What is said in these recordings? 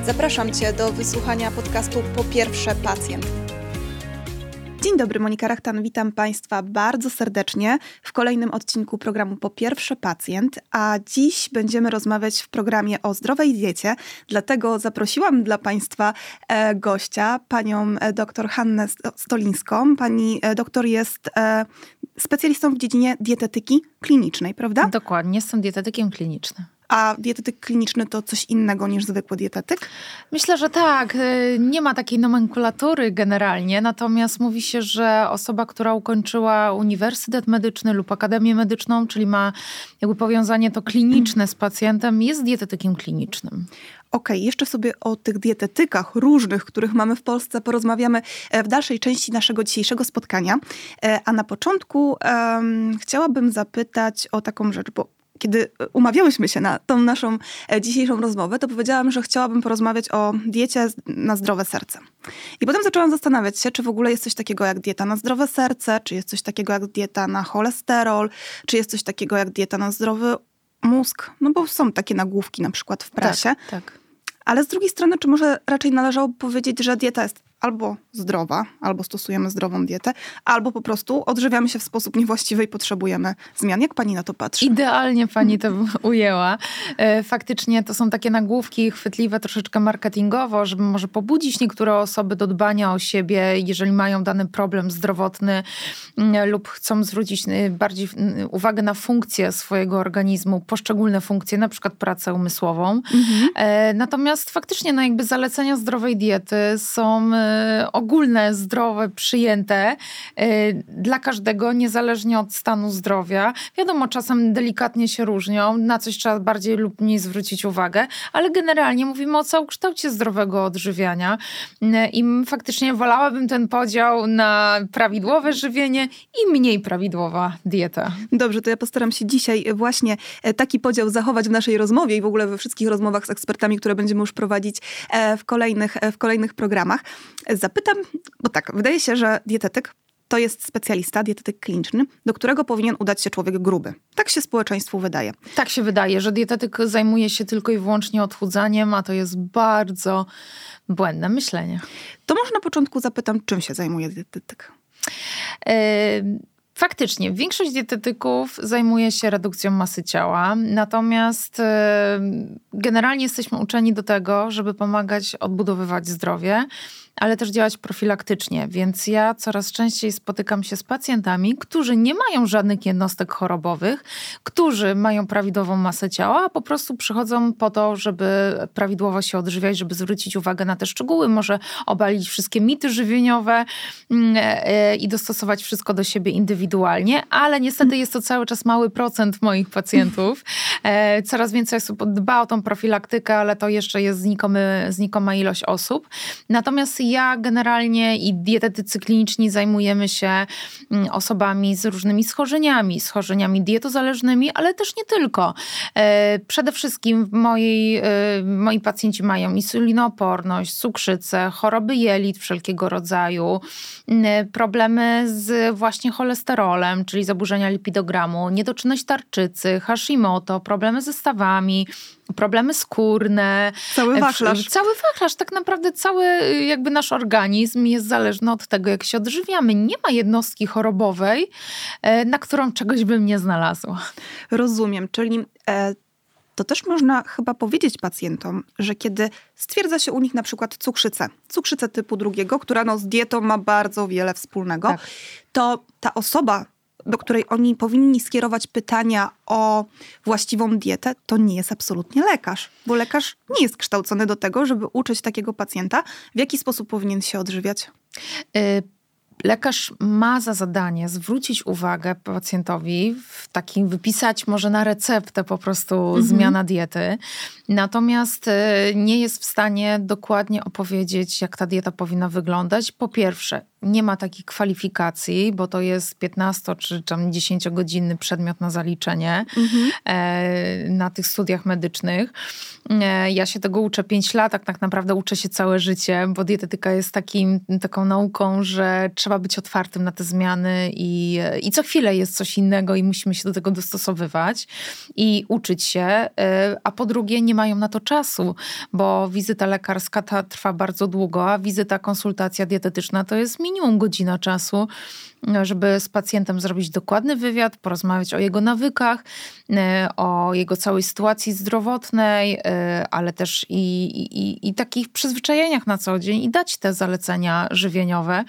Zapraszam Cię do wysłuchania podcastu Po Pierwsze Pacjent. Dzień dobry, Monika Rachtan, witam Państwa bardzo serdecznie w kolejnym odcinku programu Po Pierwsze Pacjent, a dziś będziemy rozmawiać w programie o zdrowej diecie, dlatego zaprosiłam dla Państwa gościa, panią dr Hannę Stolińską. Pani doktor jest specjalistą w dziedzinie dietetyki klinicznej, prawda? Dokładnie, jestem dietetykiem klinicznym. A dietetyk kliniczny to coś innego niż zwykły dietetyk? Myślę, że tak. Nie ma takiej nomenklatury generalnie, natomiast mówi się, że osoba, która ukończyła uniwersytet medyczny lub akademię medyczną, czyli ma jakby powiązanie to kliniczne z pacjentem, jest dietetykiem klinicznym. Okej, jeszcze sobie o tych dietetykach różnych, których mamy w Polsce, porozmawiamy w dalszej części naszego dzisiejszego spotkania. A na początku chciałabym zapytać o taką rzecz, bo kiedy umawiałyśmy się na tą naszą dzisiejszą rozmowę, to powiedziałam, że chciałabym porozmawiać o diecie na zdrowe serce. I potem zaczęłam zastanawiać się, czy w ogóle jest coś takiego jak dieta na zdrowe serce, czy jest coś takiego jak dieta na cholesterol, czy jest coś takiego jak dieta na zdrowy mózg. No bo są takie nagłówki na przykład w prasie. Tak. Ale z drugiej strony, czy może raczej należałoby powiedzieć, że dieta jest albo zdrowa, albo stosujemy zdrową dietę, albo po prostu odżywiamy się w sposób niewłaściwy i potrzebujemy zmian. Jak pani na to patrzy? Idealnie pani to ujęła. Faktycznie to są takie nagłówki chwytliwe troszeczkę marketingowo, żeby może pobudzić niektóre osoby do dbania o siebie, jeżeli mają dany problem zdrowotny lub chcą zwrócić bardziej uwagę na funkcje swojego organizmu, poszczególne funkcje, na przykład pracę umysłową. Natomiast faktycznie jakby zalecenia zdrowej diety są ogólne, zdrowe, przyjęte dla każdego, niezależnie od stanu zdrowia. Wiadomo, czasem delikatnie się różnią, na coś trzeba bardziej lub mniej zwrócić uwagę, ale generalnie mówimy o całokształcie zdrowego odżywiania i faktycznie wolałabym ten podział na prawidłowe żywienie i mniej prawidłowa dieta. Dobrze, to ja postaram się dzisiaj właśnie taki podział zachować w naszej rozmowie i w ogóle we wszystkich rozmowach z ekspertami, które będziemy już prowadzić w kolejnych programach. Zapytam, bo tak, wydaje się, że dietetyk to jest specjalista, dietetyk kliniczny, do którego powinien udać się człowiek gruby. Tak się społeczeństwu wydaje. Tak się wydaje, że dietetyk zajmuje się tylko i wyłącznie odchudzaniem, a to jest bardzo błędne myślenie. To może na początku zapytam, czym się zajmuje dietetyk? Faktycznie, większość dietetyków zajmuje się redukcją masy ciała, natomiast generalnie jesteśmy uczeni do tego, żeby pomagać odbudowywać zdrowie, ale też działać profilaktycznie, więc ja coraz częściej spotykam się z pacjentami, którzy nie mają żadnych jednostek chorobowych, którzy mają prawidłową masę ciała, a po prostu przychodzą po to, żeby prawidłowo się odżywiać, żeby zwrócić uwagę na te szczegóły, może obalić wszystkie mity żywieniowe i dostosować wszystko do siebie indywidualnie, ale niestety jest to cały czas mały procent moich pacjentów. Coraz więcej osób dba o tą profilaktykę, ale to jeszcze jest znikoma ilość osób. Natomiast ja generalnie i dietetycy kliniczni zajmujemy się osobami z różnymi schorzeniami dietozależnymi, ale też nie tylko. Przede wszystkim moi pacjenci mają insulinooporność, cukrzycę, choroby jelit wszelkiego rodzaju, problemy z właśnie cholesterolem, czyli zaburzenia lipidogramu, niedoczynność tarczycy, Hashimoto, problemy ze stawami, problemy skórne. Cały wachlarz. Cały wachlarz. Tak naprawdę cały jakby nasz organizm jest zależny od tego, jak się odżywiamy. Nie ma jednostki chorobowej, na którą czegoś bym nie znalazła. Rozumiem, czyli to też można chyba powiedzieć pacjentom, że kiedy stwierdza się u nich na przykład cukrzycę typu 2, która z dietą ma bardzo wiele wspólnego, tak, to ta osoba, do której oni powinni skierować pytania o właściwą dietę, to nie jest absolutnie lekarz. Bo lekarz nie jest kształcony do tego, żeby uczyć takiego pacjenta, w jaki sposób powinien się odżywiać. Lekarz ma za zadanie zwrócić uwagę pacjentowi, wypisać może na receptę po prostu zmiana diety. Natomiast nie jest w stanie dokładnie opowiedzieć, jak ta dieta powinna wyglądać. Po pierwsze, nie ma takiej kwalifikacji, bo to jest 15 czy tam 10-godzinny przedmiot na zaliczenie na tych studiach medycznych. Ja się tego uczę 5 lat, tak naprawdę uczę się całe życie, bo dietetyka jest taką nauką, że trzeba być otwartym na te zmiany i co chwilę jest coś innego i musimy się do tego dostosowywać i uczyć się, a po drugie nie mają na to czasu, bo wizyta lekarska trwa bardzo długo, a konsultacja dietetyczna to jest minimum godzina czasu, żeby z pacjentem zrobić dokładny wywiad, porozmawiać o jego nawykach, o jego całej sytuacji zdrowotnej, ale też i takich przyzwyczajeniach na co dzień i dać te zalecenia żywieniowe.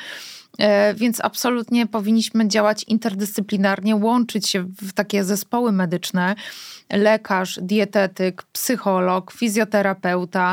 Więc absolutnie powinniśmy działać interdyscyplinarnie, łączyć się w takie zespoły medyczne. Lekarz, dietetyk, psycholog, fizjoterapeuta,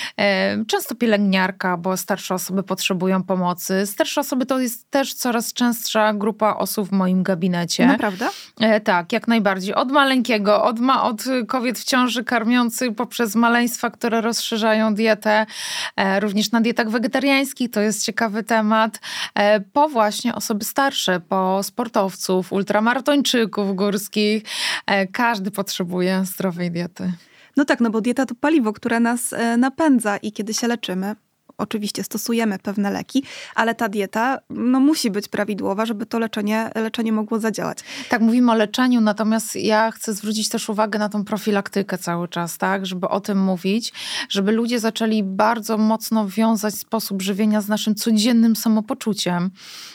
często pielęgniarka, bo starsze osoby potrzebują pomocy. Starsze osoby to jest też coraz częstsza grupa osób w moim gabinecie. Naprawdę? Tak, jak najbardziej. Od maleńkiego, od kobiet w ciąży karmiących, poprzez maleństwa, które rozszerzają dietę, również na dietach wegetariańskich, to jest ciekawy temat, po właśnie osoby starsze, po sportowców, ultramaratończyków górskich. Każdy potrzebuje zdrowej diety. No tak, no bo dieta to paliwo, które nas napędza i kiedy się leczymy, oczywiście stosujemy pewne leki, ale ta dieta musi być prawidłowa, żeby to leczenie mogło zadziałać. Tak, mówimy o leczeniu, natomiast ja chcę zwrócić też uwagę na tą profilaktykę cały czas, tak, żeby o tym mówić, żeby ludzie zaczęli bardzo mocno wiązać sposób żywienia z naszym codziennym samopoczuciem,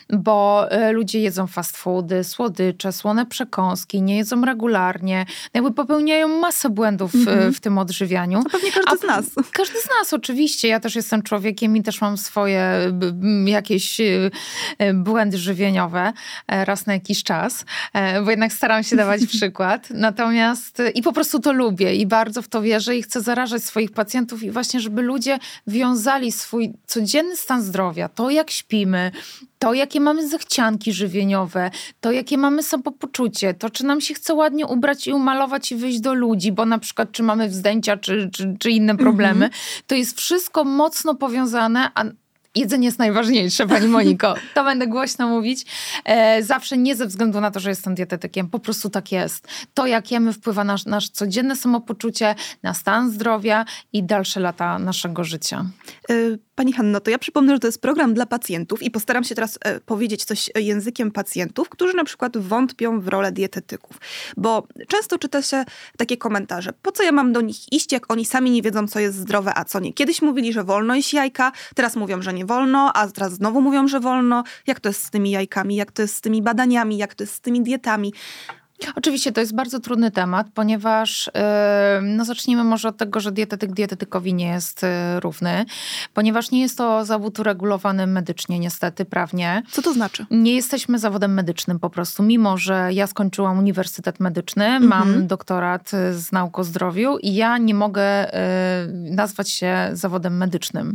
bo ludzie jedzą fast foody, słodycze, słone przekąski, nie jedzą regularnie, jakby popełniają masę błędów w tym odżywianiu. To pewnie każdy z nas. Każdy z nas, oczywiście. Ja też jestem człowiekiem i też mam swoje jakieś błędy żywieniowe raz na jakiś czas, bo jednak staram się dawać przykład. Natomiast i po prostu to lubię i bardzo w to wierzę i chcę zarażać swoich pacjentów i właśnie, żeby ludzie wiązali swój codzienny stan zdrowia, to jak śpimy, to jakie mamy zachcianki żywieniowe, to jakie mamy samopoczucie, to czy nam się chce ładnie ubrać i umalować i wyjść do ludzi, bo na przykład czy mamy wzdęcia, czy inne problemy, to jest wszystko mocno powiązane, a jedzenie jest najważniejsze, pani Moniko. To będę głośno mówić. Zawsze nie ze względu na to, że jestem dietetykiem. Po prostu tak jest. To, jak jemy, wpływa na nasze codzienne samopoczucie, na stan zdrowia i dalsze lata naszego życia. Pani Hanno, to ja przypomnę, że to jest program dla pacjentów i postaram się teraz powiedzieć coś językiem pacjentów, którzy na przykład wątpią w rolę dietetyków. Bo często czyta się takie komentarze. Po co ja mam do nich iść, jak oni sami nie wiedzą, co jest zdrowe, a co nie? Kiedyś mówili, że wolno jeść jajka, teraz mówią, że nie wolno, a teraz znowu mówią, że wolno. Jak to jest z tymi jajkami, jak to jest z tymi badaniami, jak to jest z tymi dietami? Oczywiście to jest bardzo trudny temat, ponieważ zacznijmy może od tego, że dietetyk dietetykowi nie jest równy, ponieważ nie jest to zawód uregulowany medycznie niestety, prawnie. Co to znaczy? Nie jesteśmy zawodem medycznym po prostu, mimo że ja skończyłam uniwersytet medyczny, mam doktorat z nauk o zdrowiu i ja nie mogę nazwać się zawodem medycznym.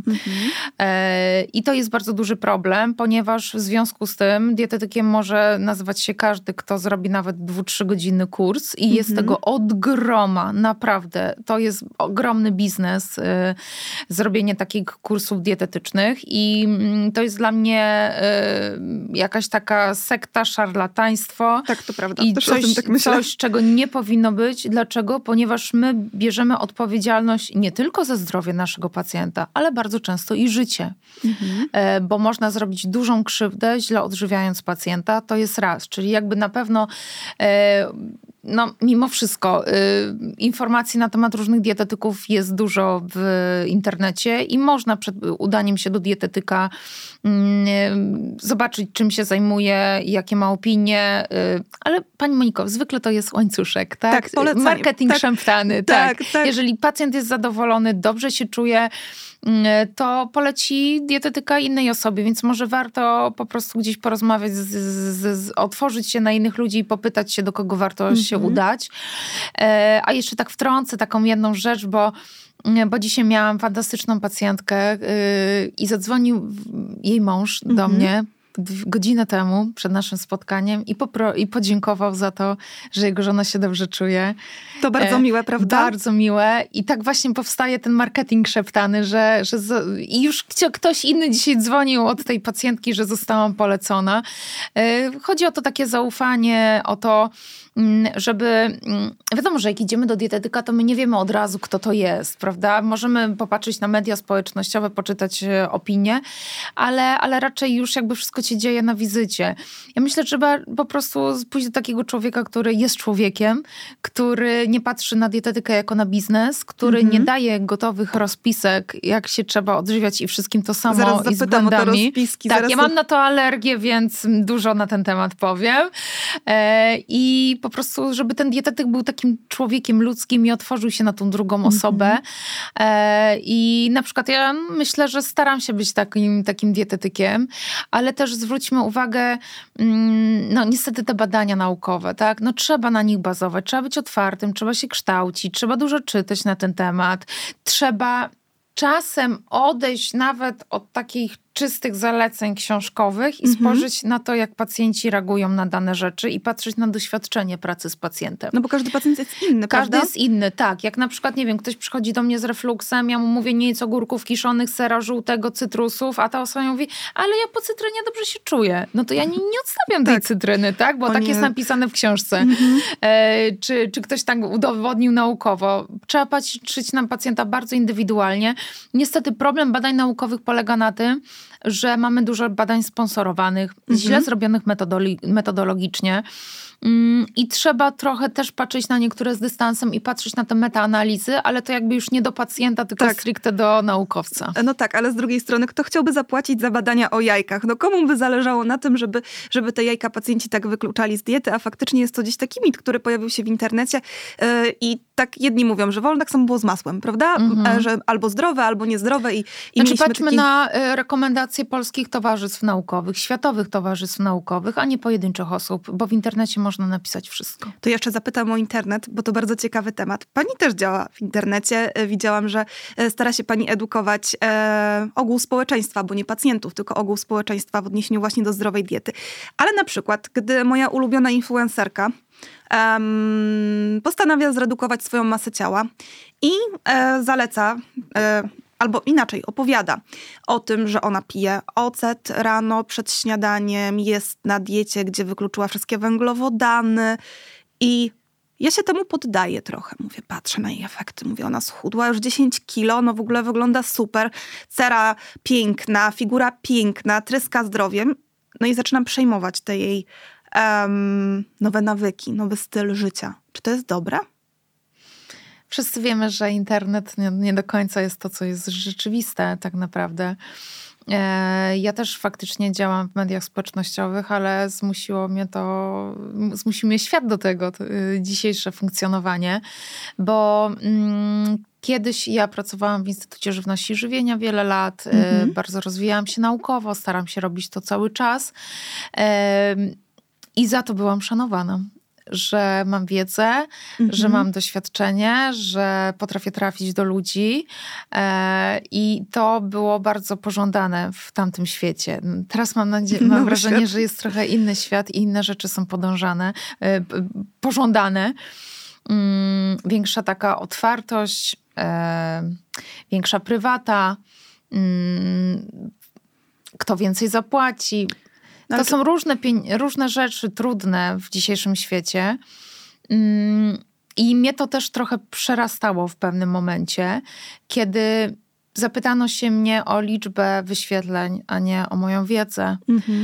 I to jest bardzo duży problem, ponieważ w związku z tym dietetykiem może nazywać się każdy, kto zrobi nawet 2-3-godzinny kurs i jest tego od groma, naprawdę. To jest ogromny biznes, zrobienie takich kursów dietetycznych i to jest dla mnie jakaś taka sekta, szarlataństwo. Tak, to prawda. I coś, czego nie powinno być. Dlaczego? Ponieważ my bierzemy odpowiedzialność nie tylko za zdrowie naszego pacjenta, ale bardzo często i życie. Bo można zrobić dużą krzywdę, źle odżywiając pacjenta. To jest raz. Czyli jakby na pewno mimo wszystko informacji na temat różnych dietetyków jest dużo w internecie i można przed udaniem się do dietetyka zobaczyć, czym się zajmuje, jakie ma opinie. Ale pani Moniko, zwykle to jest łańcuszek, tak? Tak, polecanie. Marketing szemptany, tak. Tak. Jeżeli pacjent jest zadowolony, dobrze się czuje, to poleci dietetyka innej osobie, więc może warto po prostu gdzieś porozmawiać, otworzyć się na innych ludzi i popytać się, do kogo warto się udać. A jeszcze tak wtrącę taką jedną rzecz, bo dzisiaj miałam fantastyczną pacjentkę i zadzwonił jej mąż do mnie godzinę temu przed naszym spotkaniem i podziękował za to, że jego żona się dobrze czuje. To bardzo miłe, prawda? Bardzo miłe. I tak właśnie powstaje ten marketing szeptany, i już ktoś inny dzisiaj dzwonił od tej pacjentki, że zostałam polecona. Chodzi o to takie zaufanie, o to, żeby... Wiadomo, że jak idziemy do dietetyka, to my nie wiemy od razu, kto to jest, prawda? Możemy popatrzeć na media społecznościowe, poczytać opinie, ale raczej już jakby wszystko się dzieje na wizycie. Ja myślę, że trzeba po prostu pójść do takiego człowieka, który jest człowiekiem, który nie patrzy na dietetykę jako na biznes, który nie daje gotowych rozpisek, jak się trzeba odżywiać i wszystkim to samo zaraz i z błędami. o te rozpiski. Tak, ja mam na to alergię, więc dużo na ten temat powiem. I po prostu, żeby ten dietetyk był takim człowiekiem ludzkim i otworzył się na tą drugą osobę. I na przykład ja myślę, że staram się być takim dietetykiem, ale też zwróćmy uwagę, no niestety te badania naukowe, tak? No trzeba na nich bazować, trzeba być otwartym, trzeba się kształcić, trzeba dużo czytać na ten temat, trzeba czasem odejść nawet od takich czystych zaleceń książkowych i spojrzeć na to, jak pacjenci reagują na dane rzeczy i patrzeć na doświadczenie pracy z pacjentem. No bo każdy pacjent jest inny, Każdy prawda? jest inny, tak. Jak na przykład, nie wiem, ktoś przychodzi do mnie z refluksem, ja mu mówię, nie jedz ogórków kiszonych, sera żółtego, cytrusów, a ta osoba mówi, ale ja po cytrynie dobrze się czuję. No to ja nie odstawiam tej cytryny, tak? Bo tak jest napisane w książce. Czy ktoś tak udowodnił naukowo. Trzeba patrzeć na pacjenta bardzo indywidualnie. Niestety problem badań naukowych polega na tym, że mamy dużo badań sponsorowanych, źle zrobionych metodologicznie i trzeba trochę też patrzeć na niektóre z dystansem i patrzeć na te metaanalizy, ale to jakby już nie do pacjenta, tylko stricte do naukowca. No tak, ale z drugiej strony, kto chciałby zapłacić za badania o jajkach? No komu by zależało na tym, żeby te jajka pacjenci tak wykluczali z diety, a faktycznie jest to gdzieś taki mit, który pojawił się w internecie i tak jedni mówią, że wolno, tak samo było z masłem, prawda? Że albo zdrowe, albo niezdrowe i znaczy patrzmy na rekomendacje polskich towarzystw naukowych, światowych towarzystw naukowych, a nie pojedynczych osób, bo w internecie można napisać wszystko. To jeszcze zapytam o internet, bo to bardzo ciekawy temat. Pani też działa w internecie. Widziałam, że stara się pani edukować ogół społeczeństwa, bo nie pacjentów, tylko ogół społeczeństwa w odniesieniu właśnie do zdrowej diety. Ale na przykład, gdy moja ulubiona influencerka postanawia zredukować swoją masę ciała i zaleca... Albo inaczej, opowiada o tym, że ona pije ocet rano przed śniadaniem, jest na diecie, gdzie wykluczyła wszystkie węglowodany i ja się temu poddaję trochę. Mówię, patrzę na jej efekty. Mówię, ona schudła już 10 kilo, no w ogóle wygląda super. Cera piękna, figura piękna, tryska zdrowiem. No i zaczynam przejmować te jej nowe nawyki, nowy styl życia. Czy to jest dobre? Wszyscy wiemy, że internet nie do końca jest to, co jest rzeczywiste tak naprawdę. Ja też faktycznie działam w mediach społecznościowych, ale zmusił mnie świat do tego, dzisiejsze funkcjonowanie, bo kiedyś ja pracowałam w Instytucie Żywności i Żywienia wiele lat, bardzo rozwijałam się naukowo, staram się robić to cały czas i za to byłam szanowana. Że mam wiedzę, że mam doświadczenie, że potrafię trafić do ludzi i to było bardzo pożądane w tamtym świecie. Teraz mam wrażenie, że jest trochę inny świat i inne rzeczy są pożądane. Większa taka otwartość, większa prywata, kto więcej zapłaci. To są różne rzeczy trudne w dzisiejszym świecie i mnie to też trochę przerastało w pewnym momencie, kiedy zapytano się mnie o liczbę wyświetleń, a nie o moją wiedzę.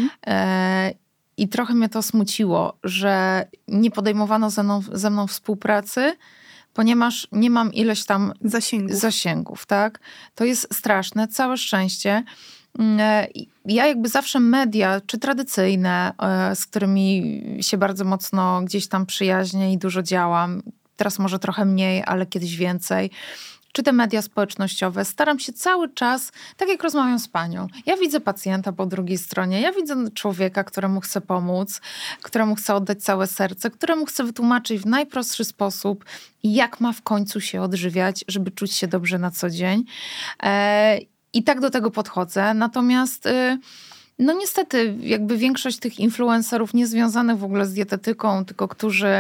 I trochę mnie to smuciło, że nie podejmowano ze mną współpracy, ponieważ nie mam ileś tam zasięgów, tak? To jest straszne, całe szczęście. Ja jakby zawsze media, czy tradycyjne, z którymi się bardzo mocno gdzieś tam przyjaźnię i dużo działam, teraz może trochę mniej, ale kiedyś więcej, czy te media społecznościowe, staram się cały czas, tak jak rozmawiam z panią, ja widzę pacjenta po drugiej stronie, ja widzę człowieka, któremu chcę pomóc, któremu chcę oddać całe serce, któremu chcę wytłumaczyć w najprostszy sposób, jak ma w końcu się odżywiać, żeby czuć się dobrze na co dzień. I tak do tego podchodzę. Natomiast No niestety, jakby większość tych influencerów niezwiązanych w ogóle z dietetyką, tylko którzy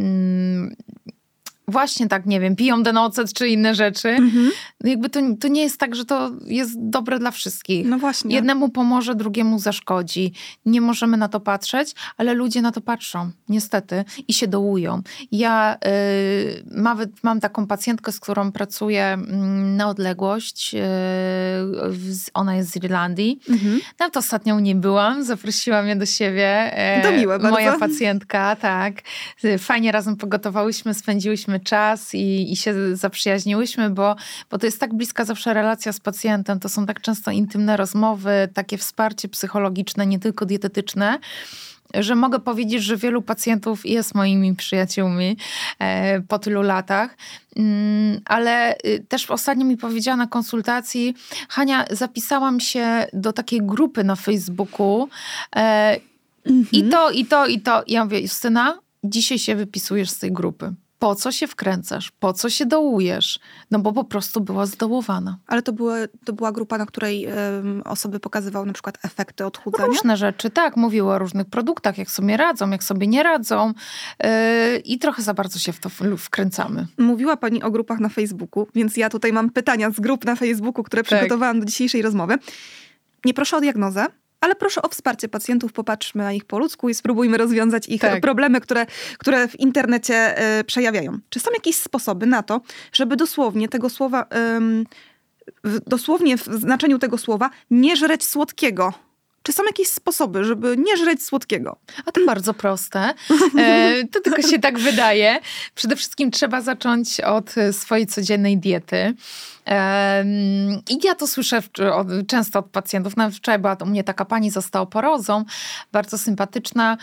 właśnie tak, nie wiem, piją denocet czy inne rzeczy. No jakby to nie jest tak, że to jest dobre dla wszystkich. No właśnie. Jednemu pomoże, drugiemu zaszkodzi. Nie możemy na to patrzeć, ale ludzie na to patrzą, niestety, i się dołują. Ja nawet mam taką pacjentkę, z którą pracuję na odległość. Ona jest z Irlandii. Nawet ostatnio u niej byłam, zaprosiła mnie do siebie. To miłe bardzo. Moja pacjentka, tak. Fajnie razem pogotowałyśmy, spędziłyśmy czas i się zaprzyjaźniłyśmy, bo to jest tak bliska zawsze relacja z pacjentem. To są tak często intymne rozmowy, takie wsparcie psychologiczne, nie tylko dietetyczne, że mogę powiedzieć, że wielu pacjentów jest moimi przyjaciółmi po tylu latach. Ale też ostatnio mi powiedziała na konsultacji: Hania, zapisałam się do takiej grupy na Facebooku i to. Ja mówię: Justyna, dzisiaj się wypisujesz z tej grupy. Po co się wkręcasz? Po co się dołujesz? No bo po prostu była zdołowana. Ale to była grupa, na której osoby pokazywały na przykład efekty odchudzania? Różne rzeczy, tak. Mówiły o różnych produktach, jak sobie radzą, jak sobie nie radzą. I trochę za bardzo się w to wkręcamy. Mówiła pani o grupach na Facebooku, więc ja tutaj mam pytania z grup na Facebooku, które przygotowałam do dzisiejszej rozmowy. Nie proszę o diagnozę, ale proszę o wsparcie pacjentów, popatrzmy na nich po ludzku i spróbujmy rozwiązać ich problemy, które w internecie przejawiają. Czy są jakieś sposoby na to, żeby dosłownie tego słowa, dosłownie w znaczeniu tego słowa, nie żreć słodkiego? Czy są jakieś sposoby, żeby nie żreć słodkiego? A to bardzo proste. To tylko się tak wydaje. Przede wszystkim trzeba zacząć od swojej codziennej diety. I ja to słyszę często od pacjentów. Nawet wczoraj była u mnie taka pani z osteoporozą, bardzo sympatyczna.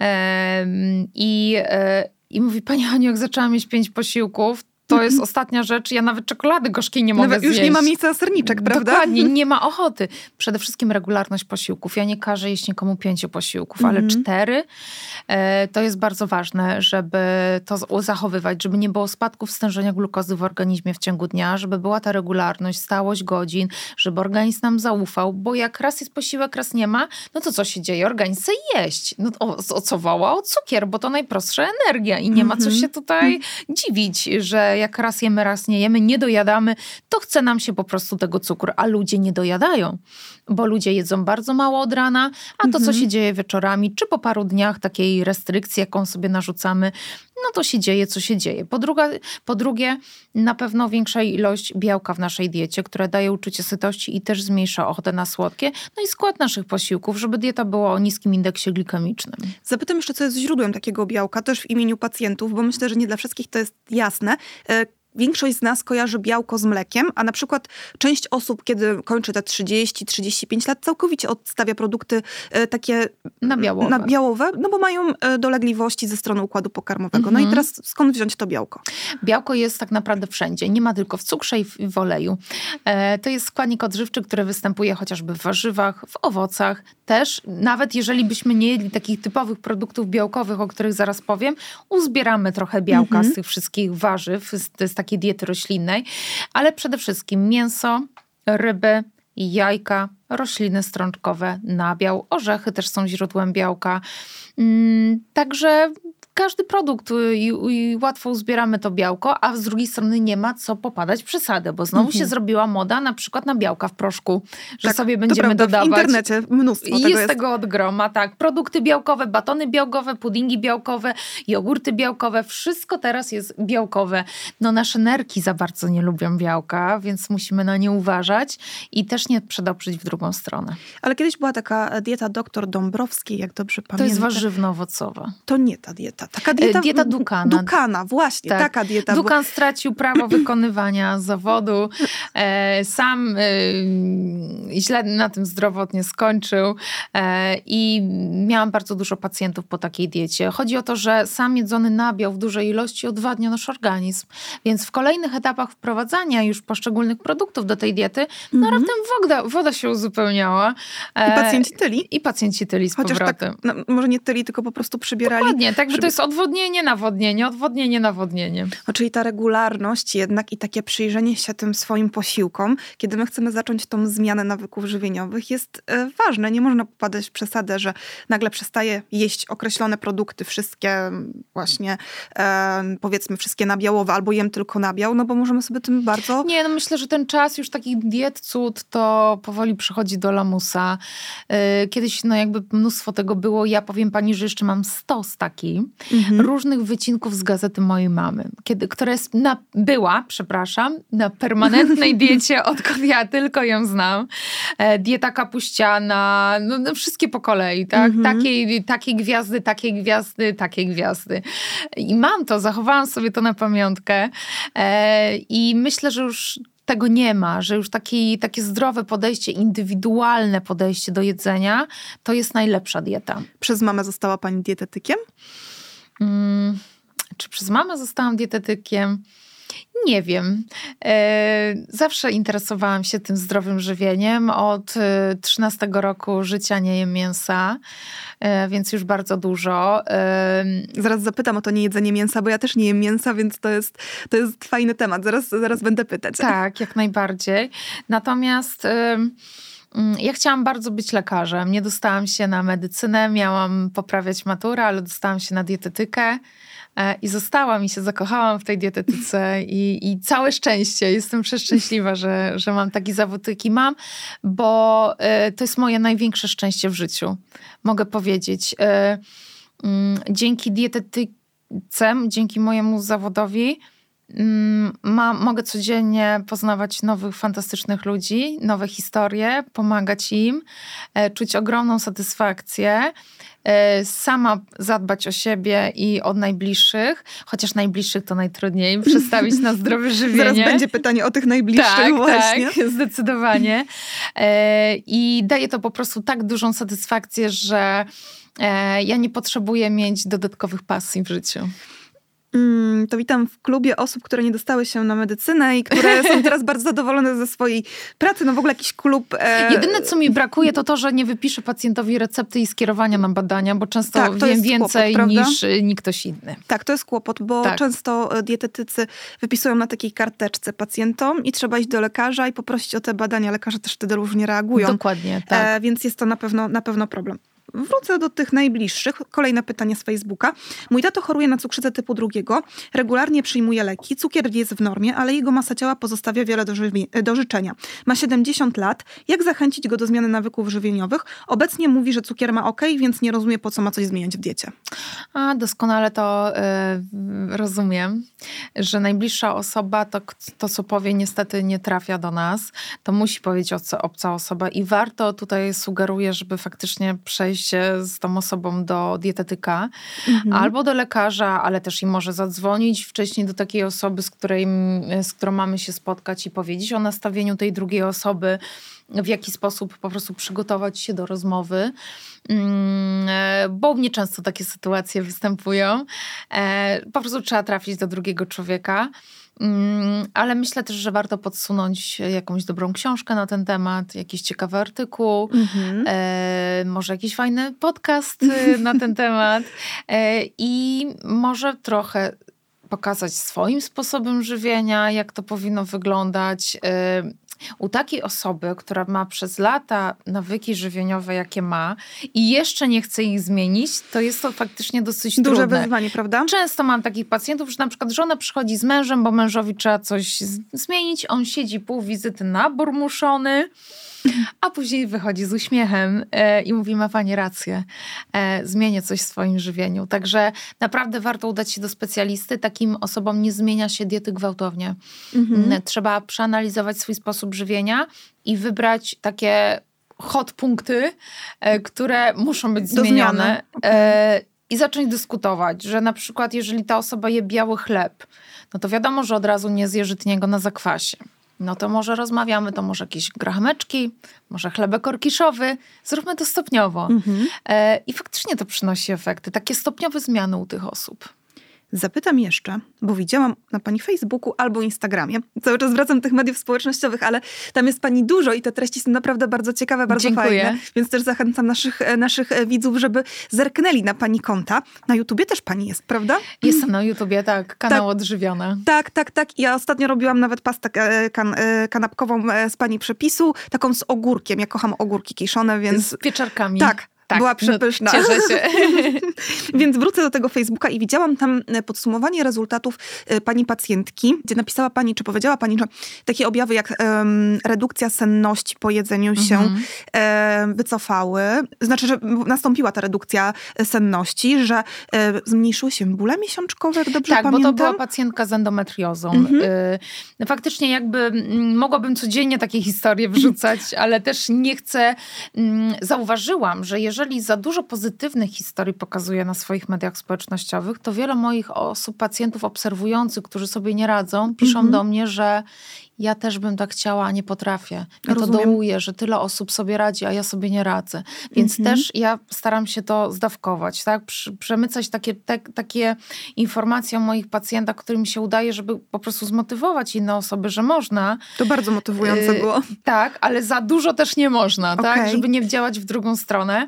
I mówi: Pani Haniu, jak zaczęłam mieć 5 posiłków, to jest ostatnia rzecz. Ja nawet czekolady gorzkiej nie mogę nawet zjeść. Już nie ma miejsca na serniczek, prawda? Dokładnie, nie ma ochoty. Przede wszystkim regularność posiłków. Ja nie każę jeść nikomu 5 posiłków, ale 4 to jest bardzo ważne, żeby to zachowywać, żeby nie było spadków stężenia glukozy w organizmie w ciągu dnia, żeby była ta regularność, stałość godzin, żeby organizm nam zaufał, bo jak raz jest posiłek, raz nie ma, no to co się dzieje? Organizm chce jeść. No o co woła? O cukier, bo to najprostsza energia i nie ma co się tutaj dziwić, że jak raz jemy, raz nie jemy, nie dojadamy, to chce nam się po prostu tego cukru, a ludzie nie dojadają, bo ludzie jedzą bardzo mało od rana, a to, co się dzieje wieczorami, czy po paru dniach takiej restrykcji, jaką sobie narzucamy, no to się dzieje, co się dzieje. Po drugie, na pewno większa ilość białka w naszej diecie, która daje uczucie sytości i też zmniejsza ochotę na słodkie. No i skład naszych posiłków, żeby dieta była o niskim indeksie glikemicznym. Zapytam jeszcze, co jest źródłem takiego białka, też w imieniu pacjentów, bo myślę, że nie dla wszystkich to jest jasne. Większość z nas kojarzy białko z mlekiem, a na przykład część osób, kiedy kończy te 30-35 lat, całkowicie odstawia produkty takie nabiałowe, no bo mają dolegliwości ze strony układu pokarmowego. No i teraz skąd wziąć to białko? Białko jest tak naprawdę wszędzie. Nie ma tylko w cukrze i w oleju. To jest składnik odżywczy, który występuje chociażby w warzywach, w owocach. Też, nawet jeżeli byśmy nie jedli takich typowych produktów białkowych, o których zaraz powiem, uzbieramy trochę białka z tych wszystkich warzyw, z takiej diety roślinnej, ale przede wszystkim mięso, ryby, jajka, rośliny strączkowe, nabiał, orzechy też są źródłem białka. Także każdy produkt i łatwo uzbieramy to białko, a z drugiej strony nie ma co popadać w przesadę, bo znowu się zrobiła moda na przykład na białka w proszku, że sobie będziemy dodawać. W internecie mnóstwo tego jest tego od groma, tak. Produkty białkowe, batony białkowe, puddingi białkowe, jogurty białkowe, wszystko teraz jest białkowe. No nasze nerki za bardzo nie lubią białka, więc musimy na nie uważać i też nie przedoprzyć w drugą stronę. Ale kiedyś była taka dieta dr Dąbrowskiej, jak dobrze pamiętam. To jest warzywno-owocowa. To nie ta dieta. Taka dieta Dukana. Dukana, właśnie, tak. Taka dieta. Dukan stracił prawo wykonywania zawodu. Sam źle na tym zdrowotnie skończył i miałam bardzo dużo pacjentów po takiej diecie. Chodzi o to, że sam jedzony nabiał w dużej ilości odwadnia nasz organizm. Więc w kolejnych etapach wprowadzania już poszczególnych produktów do tej diety, no raptem woda się uzupełniała. I pacjenci tyli. I pacjenci tyli z powrotem. Tak, no, może nie tyli, tylko po prostu przybierali. Dokładnie, tak, bo to jest jest odwodnienie, nawodnienie. Czyli ta regularność jednak i takie przyjrzenie się tym swoim posiłkom, kiedy my chcemy zacząć tą zmianę nawyków żywieniowych, jest ważne. Nie można popadać w przesadę, że nagle przestaje jeść określone produkty, wszystkie właśnie powiedzmy wszystkie nabiałowe, albo jem tylko nabiał, no bo możemy sobie tym bardzo... Nie, no myślę, że ten czas już takich diet cud to powoli przychodzi do lamusa. Kiedyś no jakby mnóstwo tego było. Ja powiem pani, że jeszcze mam stos taki różnych wycinków z gazety mojej mamy, która jest była na permanentnej diecie, odkąd ja tylko ją znam. Dieta kapuściana, no wszystkie po kolei, tak? Takie gwiazdy, takie gwiazdy, takie gwiazdy. I mam to, zachowałam sobie to na pamiątkę i myślę, że już tego nie ma, że już takie zdrowe podejście, indywidualne podejście do jedzenia, to jest najlepsza dieta. Przez mamę została pani dietetykiem? Czy przez mamę zostałam dietetykiem? Nie wiem. Zawsze interesowałam się tym zdrowym żywieniem. Od 13 roku życia nie jem mięsa, więc już bardzo dużo. Zaraz zapytam o to niejedzenie mięsa, bo ja też nie jem mięsa, więc to jest fajny temat. Zaraz będę pytać. Tak, jak najbardziej. Natomiast... Ja chciałam bardzo być lekarzem. Nie dostałam się na medycynę, miałam poprawiać maturę, ale dostałam się na dietetykę i zostałam i się zakochałam w tej dietetyce i całe szczęście. Jestem przeszczęśliwa, że mam taki zawód, jaki mam, bo to jest moje największe szczęście w życiu. Mogę powiedzieć. Dzięki dietetyce, dzięki mojemu zawodowi mogę codziennie poznawać nowych, fantastycznych ludzi, nowe historie, pomagać im, czuć ogromną satysfakcję, sama zadbać o siebie i od najbliższych, chociaż najbliższych to najtrudniej, przestawić na zdrowe żywienie. Zaraz będzie pytanie o tych najbliższych właśnie. Tak, zdecydowanie. I daje to po prostu tak dużą satysfakcję, że ja nie potrzebuję mieć dodatkowych pasji w życiu. To witam w klubie osób, które nie dostały się na medycynę i które są teraz bardzo zadowolone ze swojej pracy. No w ogóle jakiś klub... Jedyne, co mi brakuje, to, że nie wypiszę pacjentowi recepty i skierowania na badania, bo często wiem więcej niż ktoś inny. Tak, to jest kłopot, bo często dietetycy wypisują na takiej karteczce pacjentom i trzeba iść do lekarza i poprosić o te badania. Lekarze też wtedy różnie reagują. Dokładnie, tak. Więc jest to na pewno problem. Wrócę do tych najbliższych. Kolejne pytanie z Facebooka. Mój tato choruje na cukrzycę typu 2. Regularnie przyjmuje leki. Cukier jest w normie, ale jego masa ciała pozostawia wiele do życzenia. Ma 70 lat. Jak zachęcić go do zmiany nawyków żywieniowych? Obecnie mówi, że cukier ma ok, więc nie rozumie, po co ma coś zmieniać w diecie. Doskonale to rozumiem, że najbliższa osoba to, co powie, niestety nie trafia do nas. To musi powiedzieć obca osoba i warto, tutaj sugeruję, żeby faktycznie przejść z tą osobą do dietetyka albo do lekarza, ale też i może zadzwonić wcześniej do takiej osoby, z którą mamy się spotkać i powiedzieć o nastawieniu tej drugiej osoby, w jaki sposób po prostu przygotować się do rozmowy, bo nieczęsto takie sytuacje występują. Po prostu trzeba trafić do drugiego człowieka. Ale myślę też, że warto podsunąć jakąś dobrą książkę na ten temat, jakiś ciekawy artykuł, może jakiś fajny podcast na ten temat i może trochę pokazać swoim sposobem żywienia, jak to powinno wyglądać. U takiej osoby, która ma przez lata nawyki żywieniowe, jakie ma i jeszcze nie chce ich zmienić, to jest to faktycznie dosyć duże trudne. wyzwanie, prawda? Często mam takich pacjentów, że na przykład żona przychodzi z mężem, bo mężowi trzeba coś zmienić. On siedzi pół wizyty naburmuszony, a później wychodzi z uśmiechem i mówi, ma pani rację, zmienię coś w swoim żywieniu. Także naprawdę warto udać się do specjalisty. Takim osobom nie zmienia się diety gwałtownie. Trzeba przeanalizować swój sposób żywienia i wybrać takie hot punkty, które muszą być zmienione. I zacząć dyskutować, że na przykład jeżeli ta osoba je biały chleb, no to wiadomo, że od razu nie zje żytniego na zakwasie. No to może rozmawiamy, to może jakieś grahemeczki, może chlebek orkiszowy. Zróbmy to stopniowo. I faktycznie to przynosi efekty. Takie stopniowe zmiany u tych osób. Zapytam jeszcze, bo widziałam na pani Facebooku albo Instagramie. Cały czas wracam do tych mediów społecznościowych, ale tam jest pani dużo i te treści są naprawdę bardzo ciekawe, bardzo fajne. Więc też zachęcam naszych widzów, żeby zerknęli na pani konta. Na YouTubie też pani jest, prawda? Jestem na YouTubie, tak. Kanał Odżywiona. Tak. Ja ostatnio robiłam nawet pastę kanapkową z pani przepisu, taką z ogórkiem. Ja kocham ogórki kiszone, więc... Z pieczarkami. Tak. Była przepyszna. No, cieszę się. Więc wrócę do tego Facebooka i widziałam tam podsumowanie rezultatów pani pacjentki, gdzie napisała pani, czy powiedziała pani, że takie objawy jak redukcja senności po jedzeniu się wycofały. Znaczy, że nastąpiła ta redukcja senności, że zmniejszyły się bóle miesiączkowe, jak dobrze pamiętam. Tak, bo to była pacjentka z endometriozą. Faktycznie jakby mogłabym codziennie takie historie wrzucać, ale też nie chcę... Zauważyłam, że jeżeli za dużo pozytywnych historii pokazuję na swoich mediach społecznościowych, to wiele moich osób, pacjentów obserwujących, którzy sobie nie radzą, piszą do mnie, że ja też bym tak chciała, a nie potrafię. Ja to dołuję, że tyle osób sobie radzi, a ja sobie nie radzę. Więc też ja staram się to zdawkować, tak? Przemycać takie informacje o moich pacjentach, którym się udaje, żeby po prostu zmotywować inne osoby, że można. To bardzo motywujące było. Tak, ale za dużo też nie można, tak? Żeby nie działać w drugą stronę.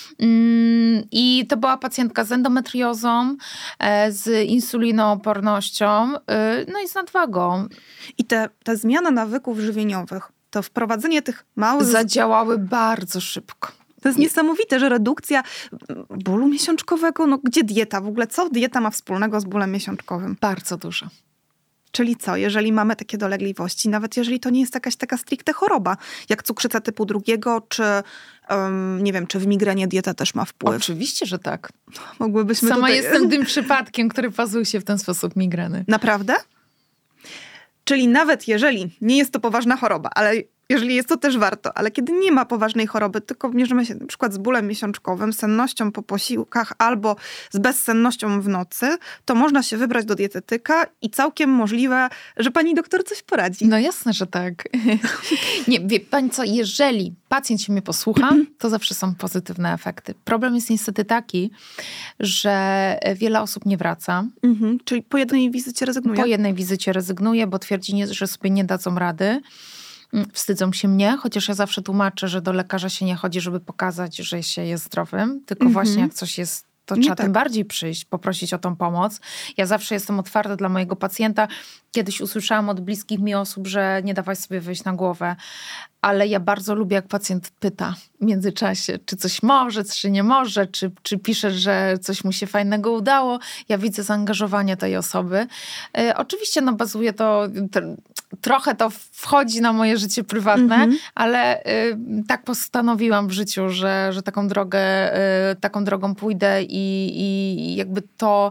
I to była pacjentka z endometriozą, z insulinoopornością, no i z nadwagą. I ta zmiana nawyków żywieniowych, to wprowadzenie tych małych... Zadziałały bardzo szybko. To jest niesamowite, że redukcja bólu miesiączkowego, no gdzie dieta? W ogóle co dieta ma wspólnego z bólem miesiączkowym? Bardzo dużo. Czyli co, jeżeli mamy takie dolegliwości, nawet jeżeli to nie jest jakaś taka stricte choroba, jak cukrzyca typu 2, czy nie wiem, czy w migrenie dieta też ma wpływ? Oczywiście, że tak. Mogłybyśmy Sama tutaj... jestem tym przypadkiem, który pasuje się w ten sposób migreny. Naprawdę? Czyli nawet jeżeli nie jest to poważna choroba, ale jeżeli jest to też warto, ale kiedy nie ma poważnej choroby, tylko mierzymy się na przykład z bólem miesiączkowym, sennością po posiłkach albo z bezsennością w nocy, to można się wybrać do dietetyka i całkiem możliwe, że pani doktor coś poradzi. No jasne, że tak. Nie, wie pani co, jeżeli pacjent się mnie posłucha, to zawsze są pozytywne efekty. Problem jest niestety taki, że wiele osób nie wraca. Czyli po jednej wizycie rezygnuje? Po jednej wizycie rezygnuje, bo twierdzi, że sobie nie dadzą rady. Wstydzą się mnie, chociaż ja zawsze tłumaczę, że do lekarza się nie chodzi, żeby pokazać, że się jest zdrowym, tylko właśnie jak coś jest, to trzeba tym bardziej przyjść, poprosić o tą pomoc. Ja zawsze jestem otwarta dla mojego pacjenta. Kiedyś usłyszałam od bliskich mi osób, że nie dawaj sobie wyjść na głowę, ale ja bardzo lubię, jak pacjent pyta w międzyczasie, czy coś może, czy nie może, czy pisze, że coś mu się fajnego udało. Ja widzę zaangażowanie tej osoby. Oczywiście bazuje to... Trochę to wchodzi na moje życie prywatne, ale tak postanowiłam w życiu, że taką drogą pójdę i jakby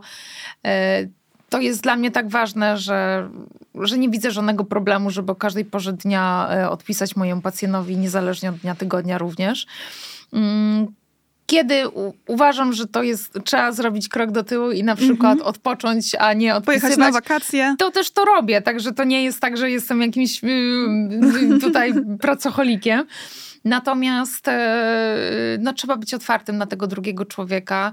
to jest dla mnie tak ważne, że nie widzę żadnego problemu, żeby o każdej porze dnia odpisać mojemu pacjentowi, niezależnie od dnia tygodnia również. Kiedy uważam, że trzeba zrobić krok do tyłu i na przykład odpocząć, a nie odpisywać. Pojechać na wakacje. To też to robię, także to nie jest tak, że jestem jakimś tutaj pracocholikiem. Natomiast trzeba być otwartym na tego drugiego człowieka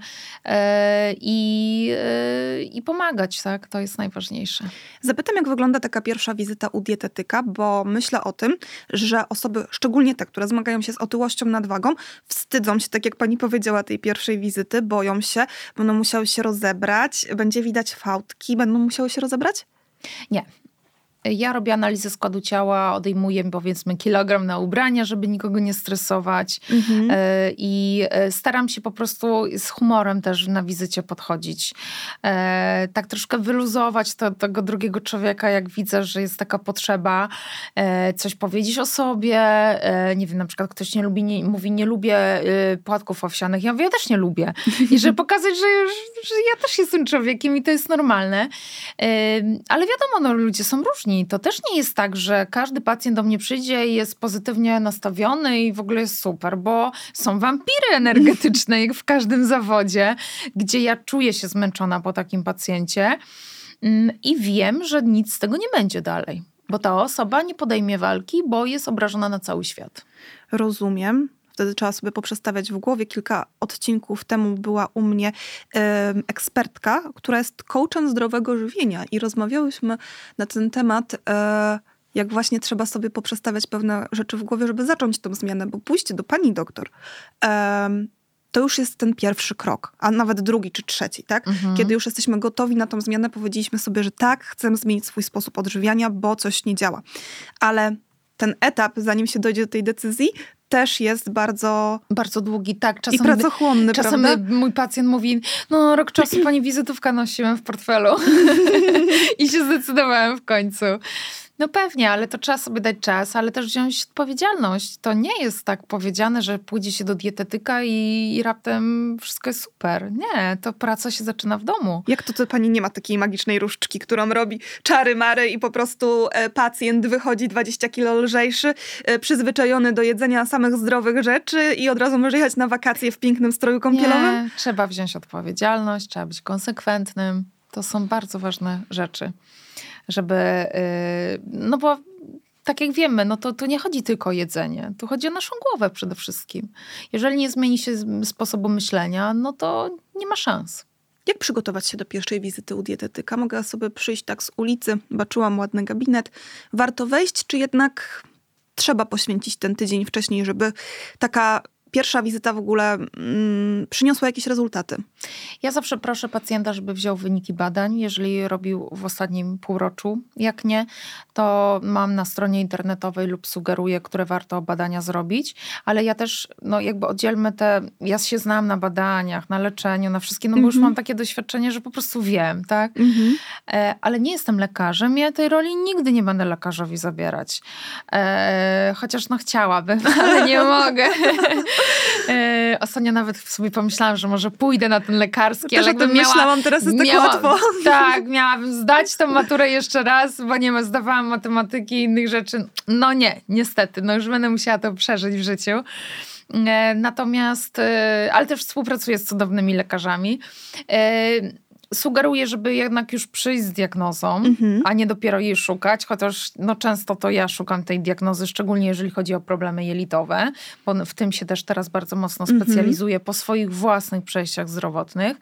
i pomagać, tak? To jest najważniejsze. Zapytam, jak wygląda taka pierwsza wizyta u dietetyka, bo myślę o tym, że osoby, szczególnie te, które zmagają się z otyłością, nadwagą, wstydzą się, tak jak pani powiedziała, tej pierwszej wizyty, boją się, będą musiały się rozebrać, będzie widać fałdki, będą musiały się rozebrać? Nie. Ja robię analizę składu ciała, odejmuję powiedzmy kilogram na ubrania, żeby nikogo nie stresować i staram się po prostu z humorem też na wizycie podchodzić. Tak troszkę wyluzować tego drugiego człowieka, jak widzę, że jest taka potrzeba, coś powiedzieć o sobie. Nie wiem, na przykład ktoś mówi, nie lubię płatków owsianych. Ja mówię, ja też nie lubię. I żeby pokazać, że ja też jestem człowiekiem i to jest normalne. Ale wiadomo, ludzie są różni. To też nie jest tak, że każdy pacjent do mnie przyjdzie i jest pozytywnie nastawiony i w ogóle jest super, bo są wampiry energetyczne, jak w każdym zawodzie, gdzie ja czuję się zmęczona po takim pacjencie i wiem, że nic z tego nie będzie dalej, bo ta osoba nie podejmie walki, bo jest obrażona na cały świat. Rozumiem. Wtedy trzeba sobie poprzestawiać w głowie. Kilka odcinków temu była u mnie ekspertka, która jest coachem zdrowego żywienia i rozmawiałyśmy na ten temat, jak właśnie trzeba sobie poprzestawiać pewne rzeczy w głowie, żeby zacząć tą zmianę, bo pójście do pani doktor to już jest ten pierwszy krok, a nawet drugi czy trzeci, tak? Kiedy już jesteśmy gotowi na tą zmianę, powiedzieliśmy sobie, że tak, chcemy zmienić swój sposób odżywiania, bo coś nie działa. Ale ten etap, zanim się dojdzie do tej decyzji, też jest bardzo... Bardzo długi, tak. Czasem, i pracochłonny, czasem prawda? Mój pacjent mówi, no rok czasu pani wizytówka nosiłem w portfelu. I się zdecydowałem w końcu. No pewnie, ale to trzeba sobie dać czas, ale też wziąć odpowiedzialność. To nie jest tak powiedziane, że pójdzie się do dietetyka i raptem wszystko jest super. Nie, to praca się zaczyna w domu. Jak to pani nie ma takiej magicznej różdżki, którą robi czary-mary i po prostu pacjent wychodzi 20 kilo lżejszy, przyzwyczajony do jedzenia samych zdrowych rzeczy i od razu może jechać na wakacje w pięknym stroju kąpielowym? Nie, trzeba wziąć odpowiedzialność, trzeba być konsekwentnym. To są bardzo ważne rzeczy. Żeby, no bo tak jak wiemy, no to nie chodzi tylko o jedzenie. Tu chodzi o naszą głowę przede wszystkim. Jeżeli nie zmieni się sposobu myślenia, no to nie ma szans. Jak przygotować się do pierwszej wizyty u dietetyka? Mogę sobie przyjść tak z ulicy, baczyłam ładny gabinet. Warto wejść, czy jednak trzeba poświęcić ten tydzień wcześniej, żeby taka pierwsza wizyta w ogóle przyniosła jakieś rezultaty? Ja zawsze proszę pacjenta, żeby wziął wyniki badań, jeżeli robił w ostatnim półroczu. Jak nie, to mam na stronie internetowej lub sugeruję, które warto badania zrobić. Ale ja też, no jakby oddzielmy ja się znam na badaniach, na leczeniu, na wszystkim, no bo już mam takie doświadczenie, że po prostu wiem, tak? Ale nie jestem lekarzem, ja tej roli nigdy nie będę lekarzowi zabierać. Chociaż no chciałabym, ale nie mogę. Ostatnio nawet sobie pomyślałam, że może pójdę na ten lekarski, ale jakbym myślałam, teraz jest tak łatwo. Tak, miałabym zdać tą maturę jeszcze raz, bo nie wiem, zdawałam matematyki i innych rzeczy. No nie, niestety, no już będę musiała to przeżyć w życiu. Natomiast, ale też współpracuję z cudownymi lekarzami. Sugeruję, żeby jednak już przyjść z diagnozą, a nie dopiero jej szukać, chociaż no często to ja szukam tej diagnozy, szczególnie jeżeli chodzi o problemy jelitowe, bo w tym się też teraz bardzo mocno specjalizuję po swoich własnych przejściach zdrowotnych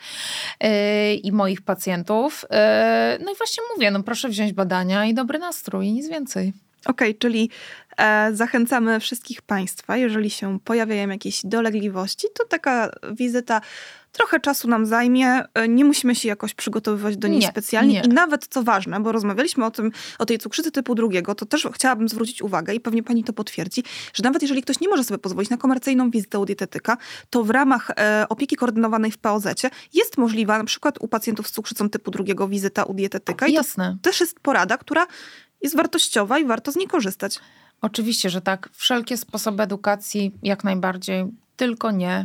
i moich pacjentów. No i właśnie mówię, no proszę wziąć badania i dobry nastrój i nic więcej. Okej, czyli zachęcamy wszystkich państwa, jeżeli się pojawiają jakieś dolegliwości, to taka wizyta trochę czasu nam zajmie, nie musimy się jakoś przygotowywać do niej specjalnie. I nawet, co ważne, bo rozmawialiśmy o tej cukrzycy typu 2, to też chciałabym zwrócić uwagę i pewnie pani to potwierdzi, że nawet jeżeli ktoś nie może sobie pozwolić na komercyjną wizytę u dietetyka, to w ramach opieki koordynowanej w POZ-cie jest możliwa na przykład u pacjentów z cukrzycą typu 2 wizyta u dietetyka. I Jasne. to też jest porada, która jest wartościowa i warto z niej korzystać. Oczywiście, że tak. Wszelkie sposoby edukacji jak najbardziej, tylko nie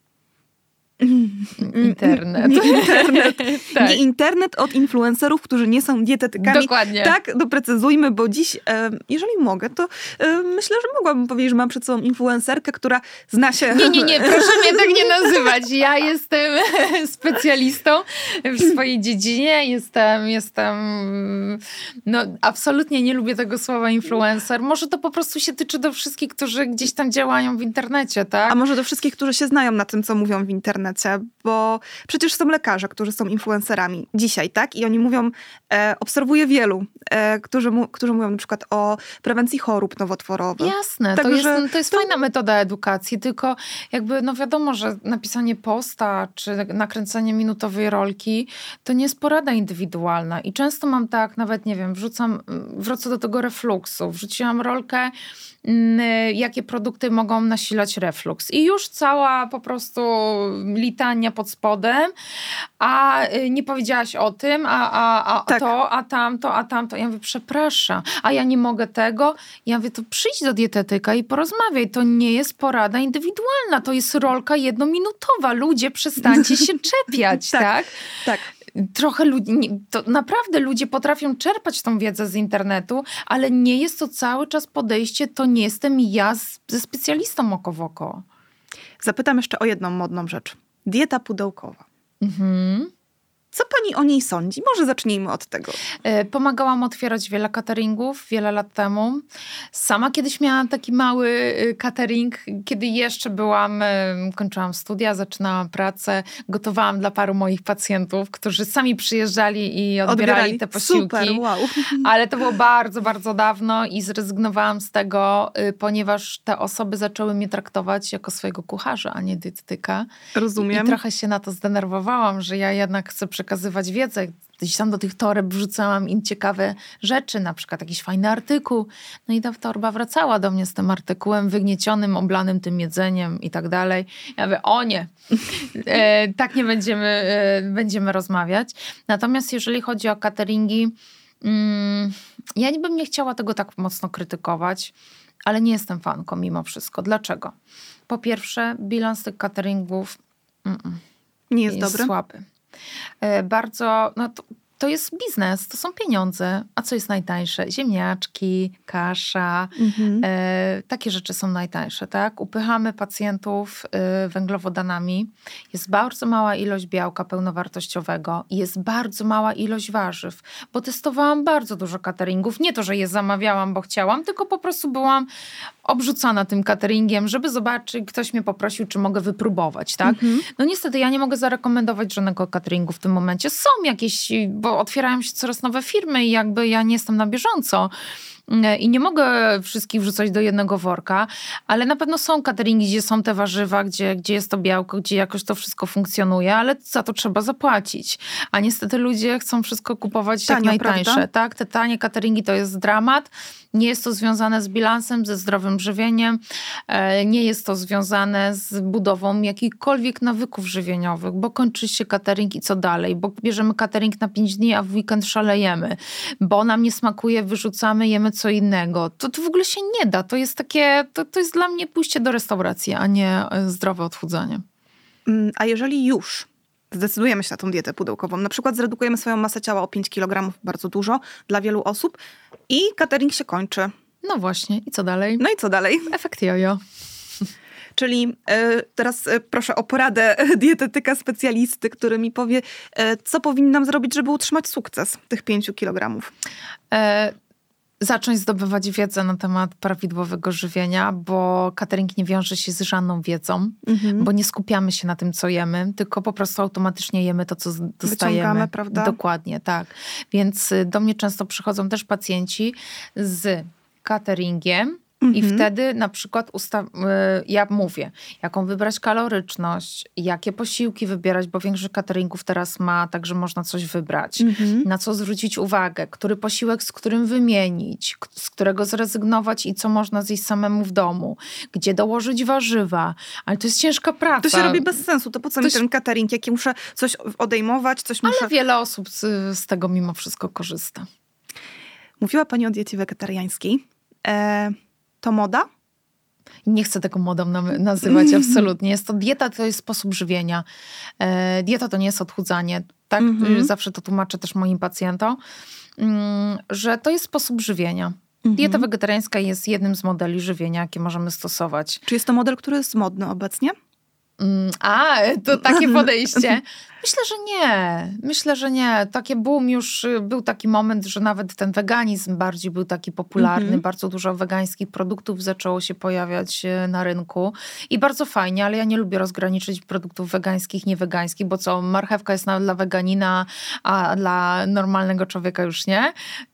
internet. Nie internet. Tak. Nie internet od influencerów, którzy nie są dietetykami. Dokładnie. Tak, doprecyzujmy, bo dziś, jeżeli mogę, to myślę, że mogłabym powiedzieć, że mam przed sobą influencerkę, która zna się... Nie, proszę mnie tak nie nazywać. Ja jestem specjalistą w swojej dziedzinie. Jestem no absolutnie nie lubię tego słowa influencer. Może to po prostu się tyczy do wszystkich, którzy gdzieś tam działają w internecie, tak? A może do wszystkich, którzy się znają na tym, co mówią w internecie, bo przecież są lekarze, którzy są influencerami dzisiaj, tak? I oni mówią, obserwuję wielu, którzy mówią na przykład o prewencji chorób nowotworowych. Jasne, tak, to jest fajna metoda edukacji, tylko jakby no wiadomo, że napisanie posta czy nakręcenie minutowej rolki to nie jest porada indywidualna i często mam tak, nawet nie wiem, wrócę do tego refluksu, wrzuciłam rolkę, jakie produkty mogą nasilać refluks. I już cała po prostu litania pod spodem, a nie powiedziałaś o tym, tak. to, a tamto. Ja mówię, przepraszam, a ja nie mogę tego. Ja mówię, to przyjdź do dietetyka i porozmawiaj. To nie jest porada indywidualna, to jest rolka 1-minutowa. Ludzie, przestańcie się czepiać, tak? Tak. Trochę ludzi, to naprawdę ludzie potrafią czerpać tą wiedzę z internetu, ale nie jest to cały czas podejście, to nie jestem ja ze specjalistą oko w oko. Zapytam jeszcze o jedną modną rzecz. Dieta pudełkowa. Co pani o niej sądzi? Może zacznijmy od tego. Pomagałam otwierać wiele cateringów wiele lat temu. Sama kiedyś miałam taki mały catering, kiedy jeszcze kończyłam studia, zaczynałam pracę, gotowałam dla paru moich pacjentów, którzy sami przyjeżdżali i odbierali te posiłki. Super, wow. Ale to było bardzo, bardzo dawno i zrezygnowałam z tego, ponieważ te osoby zaczęły mnie traktować jako swojego kucharza, a nie dietetyka. Rozumiem. I trochę się na to zdenerwowałam, że ja jednak chcę przekazywać wiedzę. Gdzieś tam do tych toreb wrzucałam im ciekawe rzeczy, na przykład jakiś fajny artykuł. No i ta torba wracała do mnie z tym artykułem wygniecionym, oblanym tym jedzeniem i tak dalej. Ja mówię, o nie, tak nie będziemy rozmawiać. Natomiast jeżeli chodzi o cateringi, ja bym nie chciała tego tak mocno krytykować, ale nie jestem fanką mimo wszystko. Dlaczego? Po pierwsze, bilans tych cateringów nie jest dobry. Słaby. Bardzo, to jest biznes, to są pieniądze. A co jest najtańsze? Ziemniaczki, kasza, takie rzeczy są najtańsze, tak? Upychamy pacjentów węglowodanami. Jest bardzo mała ilość białka pełnowartościowego i jest bardzo mała ilość warzyw, bo testowałam bardzo dużo cateringów. Nie to, że je zamawiałam, bo chciałam, tylko po prostu byłam obrzucana tym cateringiem, żeby zobaczyć, ktoś mnie poprosił, czy mogę wypróbować, tak? No niestety ja nie mogę zarekomendować żadnego cateringu w tym momencie. Są jakieś, bo otwierają się coraz nowe firmy i jakby ja nie jestem na bieżąco i nie mogę wszystkich wrzucać do jednego worka, ale na pewno są cateringi, gdzie są te warzywa, gdzie jest to białko, gdzie jakoś to wszystko funkcjonuje, ale za to trzeba zapłacić. A niestety ludzie chcą wszystko kupować tanio, jak najtańsze. Prawda? Tak? Te tanie cateringi to jest dramat. Nie jest to związane z bilansem, ze zdrowym żywieniem. Nie jest to związane z budową jakichkolwiek nawyków żywieniowych, bo kończy się catering i co dalej? Bo bierzemy catering na 5 dni, a w weekend szalejemy. Bo nam nie smakuje, wyrzucamy, jemy co innego. To w ogóle się nie da. To jest takie, to jest dla mnie pójście do restauracji, a nie zdrowe odchudzanie. A jeżeli już zdecydujemy się na tą dietę pudełkową, na przykład zredukujemy swoją masę ciała o 5 kg, bardzo dużo dla wielu osób i catering się kończy. No właśnie. I co dalej? No i co dalej? Efekt jojo. Czyli teraz proszę o poradę dietetyka, specjalisty, który mi powie, co powinnam zrobić, żeby utrzymać sukces tych 5 kg. Zacząć zdobywać wiedzę na temat prawidłowego żywienia, bo catering nie wiąże się z żadną wiedzą, bo nie skupiamy się na tym, co jemy, tylko po prostu automatycznie jemy to, co dostajemy. Wyciągamy, prawda? Dokładnie, tak. Więc do mnie często przychodzą też pacjenci z cateringiem, i wtedy na przykład ja mówię, jaką wybrać kaloryczność, jakie posiłki wybierać, bo większość cateringów teraz ma, także można coś wybrać. Na co zwrócić uwagę, który posiłek z którym wymienić, z którego zrezygnować i co można zjeść samemu w domu, gdzie dołożyć warzywa. Ale to jest ciężka praca. To się robi bez sensu. To po co mi ten catering, jak ja muszę coś odejmować, coś muszę... Ale wiele osób z tego mimo wszystko korzysta. Mówiła pani o diecie wegetariańskiej. To moda? Nie chcę tego modą nazywać, absolutnie. Dieta to jest sposób żywienia. Dieta to nie jest odchudzanie. Tak? Zawsze to tłumaczę też moim pacjentom, że to jest sposób żywienia. Dieta wegetariańska jest jednym z modeli żywienia, jakie możemy stosować. Czy jest to model, który jest modny obecnie? To takie podejście. Myślę, że nie. Taki boom już, był taki moment, że nawet ten weganizm bardziej był taki popularny. Bardzo dużo wegańskich produktów zaczęło się pojawiać na rynku. I bardzo fajnie, ale ja nie lubię rozgraniczyć produktów wegańskich, niewegańskich, bo co, marchewka jest dla weganina, a dla normalnego człowieka już nie?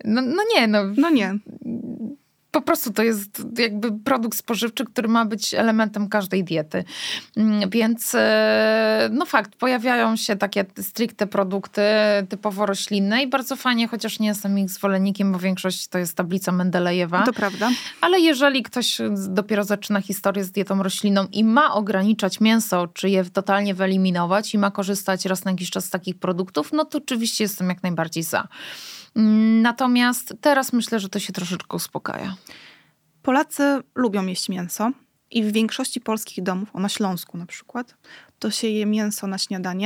No nie. Po prostu to jest jakby produkt spożywczy, który ma być elementem każdej diety. Więc fakt, pojawiają się takie stricte produkty typowo roślinne i bardzo fajnie, chociaż nie jestem ich zwolennikiem, bo większość to jest tablica Mendelejewa. To prawda. Ale jeżeli ktoś dopiero zaczyna historię z dietą roślinną i ma ograniczać mięso, czy je totalnie wyeliminować i ma korzystać raz na jakiś czas z takich produktów, no to oczywiście jestem jak najbardziej za. Natomiast teraz myślę, że to się troszeczkę uspokaja. Polacy lubią jeść mięso i w większości polskich domów, na Śląsku na przykład, to się je mięso na śniadanie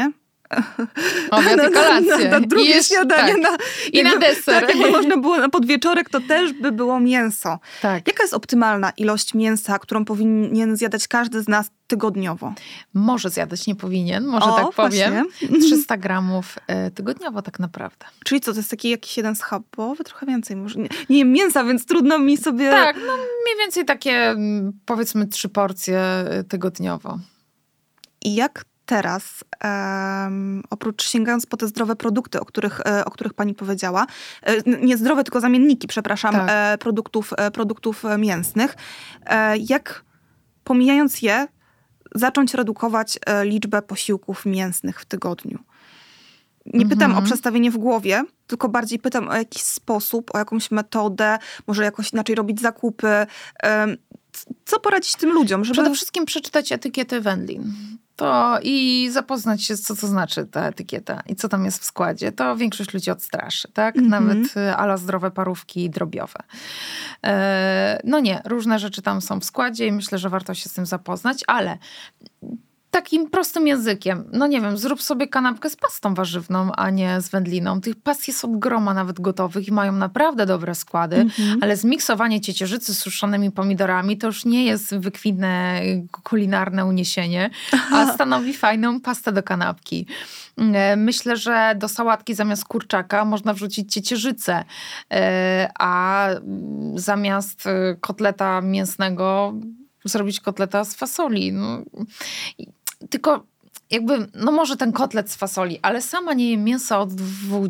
Obiad i kolację. Na drugie śniadanie. Tak. I na deser. Tak, jakby można było na podwieczorek, to też by było mięso. Tak. Jaka jest optymalna ilość mięsa, którą powinien zjadać każdy z nas tygodniowo? Może zjadać, nie powinien, może tak powiem. 300 gramów tygodniowo tak naprawdę. Czyli co, to jest taki jakiś jeden schabowy? Trochę więcej może. Nie jem mięsa, więc trudno mi sobie... Tak, no mniej więcej takie powiedzmy 3 porcje tygodniowo. I jak teraz, oprócz sięgając po te zdrowe produkty, o których pani powiedziała, nie zdrowe, tylko zamienniki, przepraszam, tak. produktów mięsnych, jak pomijając je, zacząć redukować liczbę posiłków mięsnych w tygodniu? Nie pytam o przestawienie w głowie, tylko bardziej pytam o jakiś sposób, o jakąś metodę, może jakoś inaczej robić zakupy. Co poradzić tym ludziom? Żeby... Przede wszystkim przeczytać etykiety wędlin. To i zapoznać się, co to znaczy ta etykieta i co tam jest w składzie. To większość ludzi odstraszy, tak? Nawet ala zdrowe parówki drobiowe. No nie, różne rzeczy tam są w składzie i myślę, że warto się z tym zapoznać, ale takim prostym językiem, no nie wiem, zrób sobie kanapkę z pastą warzywną, a nie z wędliną. Tych past jest od groma nawet gotowych i mają naprawdę dobre składy, ale zmiksowanie ciecierzycy z suszonymi pomidorami to już nie jest wykwintne kulinarne uniesienie, a stanowi fajną pastę do kanapki. Myślę, że do sałatki zamiast kurczaka można wrzucić ciecierzycę, a zamiast kotleta mięsnego zrobić kotleta z fasoli. No. Tylko jakby, no może ten kotlet z fasoli, ale sama nie jem mięsa od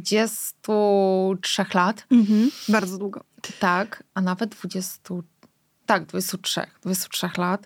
23 lat. Bardzo długo. Tak, a nawet 23 lat.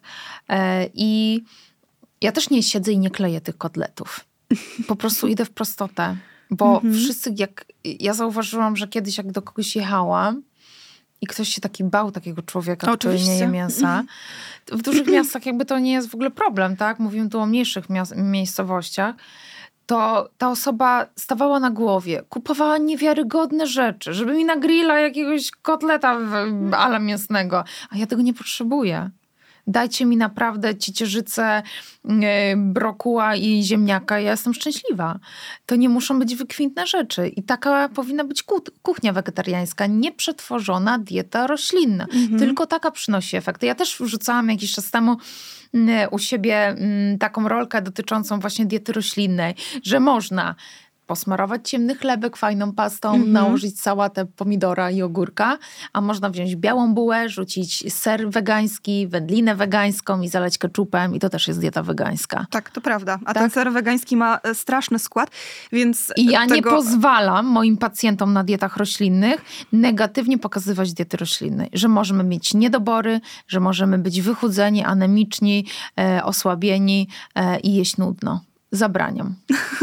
I ja też nie siedzę i nie kleję tych kotletów. Po prostu idę w prostotę. Bo wszyscy, ja zauważyłam, że kiedyś jak do kogoś jechałam, i ktoś się taki bał takiego człowieka, który nie je mięsa. W dużych miastach jakby to nie jest w ogóle problem, tak? Mówimy tu o mniejszych miejscowościach. To ta osoba stawała na głowie, kupowała niewiarygodne rzeczy, żeby mi na grilla jakiegoś kotleta ala mięsnego. A ja tego nie potrzebuję. Dajcie mi naprawdę ciecierzycę, brokuła i ziemniaka. Ja jestem szczęśliwa. To nie muszą być wykwintne rzeczy. I taka powinna być kuchnia wegetariańska. Nieprzetworzona dieta roślinna. Tylko taka przynosi efekty. Ja też wrzucałam jakiś czas temu u siebie taką rolkę dotyczącą właśnie diety roślinnej, że można posmarować ciemny chlebek fajną pastą, nałożyć sałatę pomidora i ogórka, a można wziąć białą bułę, rzucić ser wegański, wędlinę wegańską i zalać keczupem i to też jest dieta wegańska. Tak, to prawda. A ten ser wegański ma straszny skład, więc... I ja nie pozwalam moim pacjentom na dietach roślinnych negatywnie pokazywać diety roślinnej, że możemy mieć niedobory, że możemy być wychudzeni, anemiczni, osłabieni i jeść nudno. Zabraniam.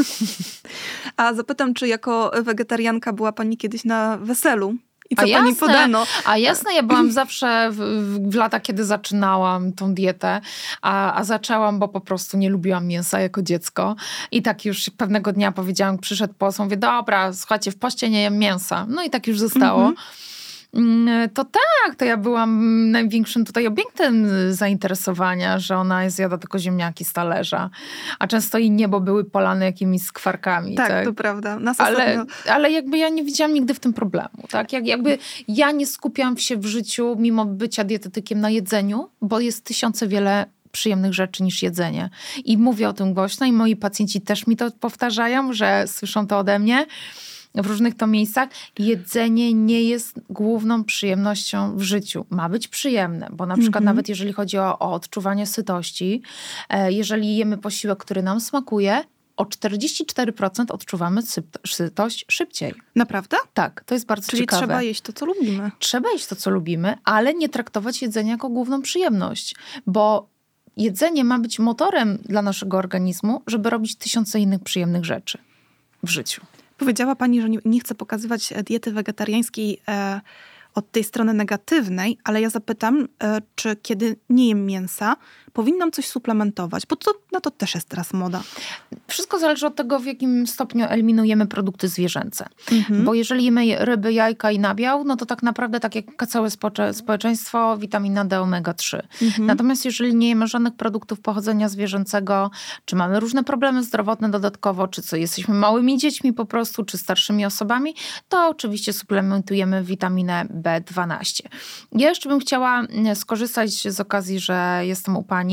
A zapytam, czy jako wegetarianka była pani kiedyś na weselu? I co jasne, pani podano? A jasne, ja byłam zawsze w latach, kiedy zaczynałam tą dietę, a zaczęłam, bo po prostu nie lubiłam mięsa jako dziecko. I tak już pewnego dnia powiedziałam, przyszedł poseł, mówię, dobra, słuchajcie, w poście nie jem mięsa. No i tak już zostało. To ja byłam największym tutaj obiektem zainteresowania, że ona zjada tylko ziemniaki z talerza. A często i niebo były polane jakimiś skwarkami. Tak, to prawda. Ale jakby ja nie widziałam nigdy w tym problemu. Tak? Jakby ja nie skupiam się w życiu, mimo bycia dietetykiem, na jedzeniu, bo jest tysiące wiele przyjemnych rzeczy niż jedzenie. I mówię o tym głośno i moi pacjenci też mi to powtarzają, że słyszą to ode mnie. W różnych to miejscach. Jedzenie nie jest główną przyjemnością w życiu. Ma być przyjemne, bo na przykład nawet jeżeli chodzi o odczuwanie sytości, jeżeli jemy posiłek, który nam smakuje, o 44% odczuwamy sytość szybciej. Naprawdę? Tak, to jest bardzo ciekawe. Czyli trzeba jeść to, co lubimy. Trzeba jeść to, co lubimy, ale nie traktować jedzenia jako główną przyjemność, bo jedzenie ma być motorem dla naszego organizmu, żeby robić tysiące innych przyjemnych rzeczy w życiu. Powiedziała pani, że nie chce pokazywać diety wegetariańskiej od tej strony negatywnej, ale ja zapytam, czy kiedy nie jem mięsa, powinnam coś suplementować, bo na to też jest teraz moda. Wszystko zależy od tego, w jakim stopniu eliminujemy produkty zwierzęce. Bo jeżeli jemy ryby, jajka i nabiał, no to tak naprawdę, tak jak całe społeczeństwo, witamina D, omega-3. Natomiast jeżeli nie jemy żadnych produktów pochodzenia zwierzęcego, czy mamy różne problemy zdrowotne dodatkowo, czy co, jesteśmy małymi dziećmi po prostu, czy starszymi osobami, to oczywiście suplementujemy witaminę B12. Ja jeszcze bym chciała skorzystać z okazji, że jestem u pani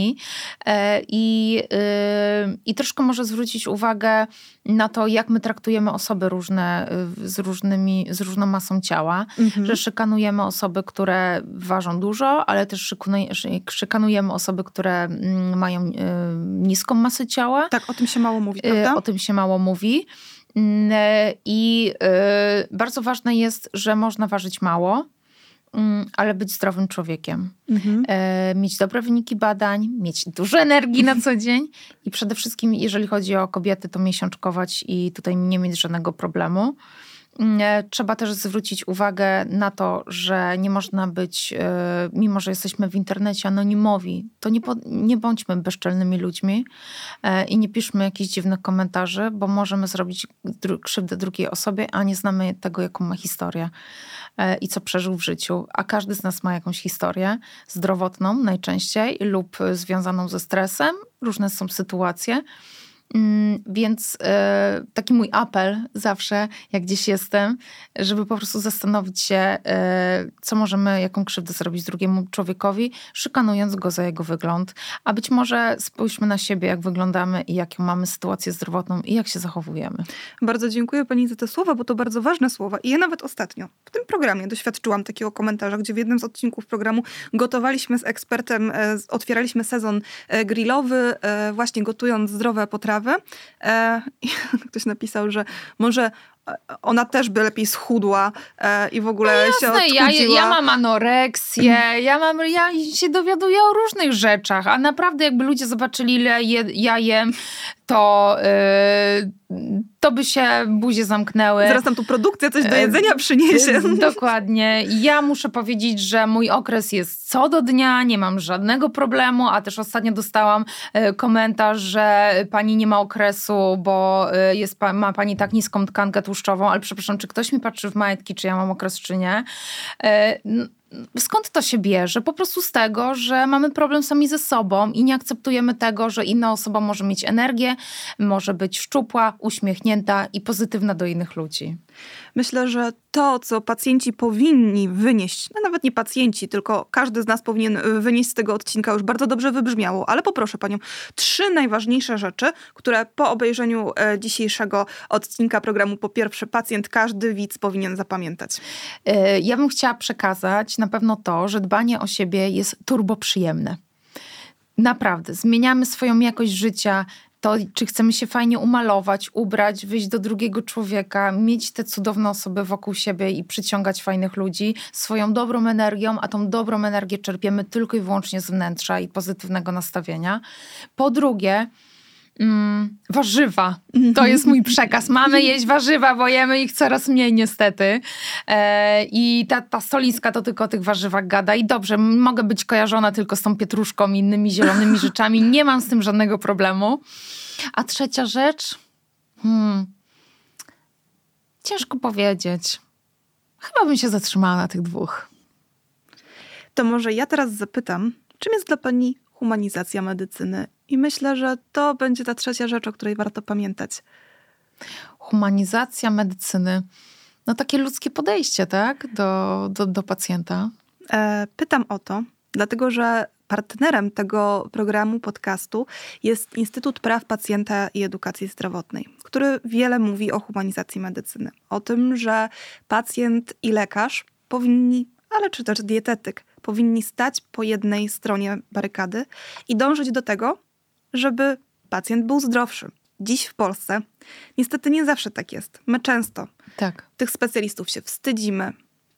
i troszkę może zwrócić uwagę na to, jak my traktujemy osoby różne z różną masą ciała, że szykanujemy osoby, które ważą dużo, ale też szykanujemy osoby, które mają niską masę ciała. Tak, o tym się mało mówi, prawda? O tym się mało mówi. I bardzo ważne jest, że można ważyć mało, ale być zdrowym człowiekiem. Mieć dobre wyniki badań, mieć dużo energii na co dzień i przede wszystkim, jeżeli chodzi o kobiety, to miesiączkować i tutaj nie mieć żadnego problemu. Trzeba też zwrócić uwagę na to, że nie można być, mimo że jesteśmy w internecie anonimowi, to nie bądźmy bezczelnymi ludźmi i nie piszmy jakichś dziwnych komentarzy, bo możemy zrobić krzywdę drugiej osobie, a nie znamy tego, jaką ma historię i co przeżył w życiu. A każdy z nas ma jakąś historię zdrowotną najczęściej lub związaną ze stresem. Różne są sytuacje. Więc taki mój apel zawsze, jak gdzieś jestem, żeby po prostu zastanowić się, co możemy, jaką krzywdę zrobić drugiemu człowiekowi, szykanując go za jego wygląd. A być może spójrzmy na siebie, jak wyglądamy i jaką mamy sytuację zdrowotną i jak się zachowujemy. Bardzo dziękuję pani za te słowa, bo to bardzo ważne słowa. I ja nawet ostatnio w tym programie doświadczyłam takiego komentarza, gdzie w jednym z odcinków programu gotowaliśmy z ekspertem, otwieraliśmy sezon grillowy, właśnie gotując zdrowe potrawy. I ktoś napisał, że może ona też by lepiej schudła i w ogóle się odchudziła. Ja mam anoreksję, ja się dowiaduję o różnych rzeczach, a naprawdę jakby ludzie zobaczyli, ile ja jem, to by się buzie zamknęły. Zaraz tam tu produkcja coś do jedzenia przyniesie. Dokładnie. Ja muszę powiedzieć, że mój okres jest co do dnia, nie mam żadnego problemu, a też ostatnio dostałam komentarz, że pani nie ma okresu, bo ma pani tak niską tkankę tłuszczową, ale przepraszam, czy ktoś mi patrzy w majtki, czy ja mam okres, czy nie? Skąd to się bierze? Po prostu z tego, że mamy problem sami ze sobą i nie akceptujemy tego, że inna osoba może mieć energię, może być szczupła, uśmiechnięta i pozytywna do innych ludzi. Myślę, że to, co pacjenci powinni wynieść, no nawet nie pacjenci, tylko każdy z nas powinien wynieść z tego odcinka, już bardzo dobrze wybrzmiało, ale poproszę panią, 3 najważniejsze rzeczy, które po obejrzeniu dzisiejszego odcinka programu Po Pierwsze Pacjent każdy widz powinien zapamiętać. Ja bym chciała przekazać na pewno to, że dbanie o siebie jest turbo przyjemne. Naprawdę, zmieniamy swoją jakość życia, to, czy chcemy się fajnie umalować, ubrać, wyjść do drugiego człowieka, mieć te cudowne osoby wokół siebie i przyciągać fajnych ludzi swoją dobrą energią, a tą dobrą energię czerpiemy tylko i wyłącznie z wnętrza i pozytywnego nastawienia. Po drugie, warzywa. To jest mój przekaz. Mamy jeść warzywa, bo jemy ich coraz mniej niestety. I ta stoliska to tylko o tych warzywach gada. I dobrze, mogę być kojarzona tylko z tą pietruszką i innymi zielonymi rzeczami. Nie mam z tym żadnego problemu. A trzecia rzecz? Ciężko powiedzieć. Chyba bym się zatrzymała na tych 2. To może ja teraz zapytam, czym jest dla pani humanizacja medycyny? I myślę, że to będzie ta trzecia rzecz, o której warto pamiętać. Humanizacja medycyny. No takie ludzkie podejście, tak? Do pacjenta. Pytam o to, dlatego że partnerem tego programu, podcastu jest Instytut Praw Pacjenta i Edukacji Zdrowotnej, który wiele mówi o humanizacji medycyny. O tym, że pacjent i lekarz powinni, ale czy też dietetyk, powinni stać po jednej stronie barykady i dążyć do tego, żeby pacjent był zdrowszy. Dziś w Polsce niestety nie zawsze tak jest. My często tych specjalistów się wstydzimy,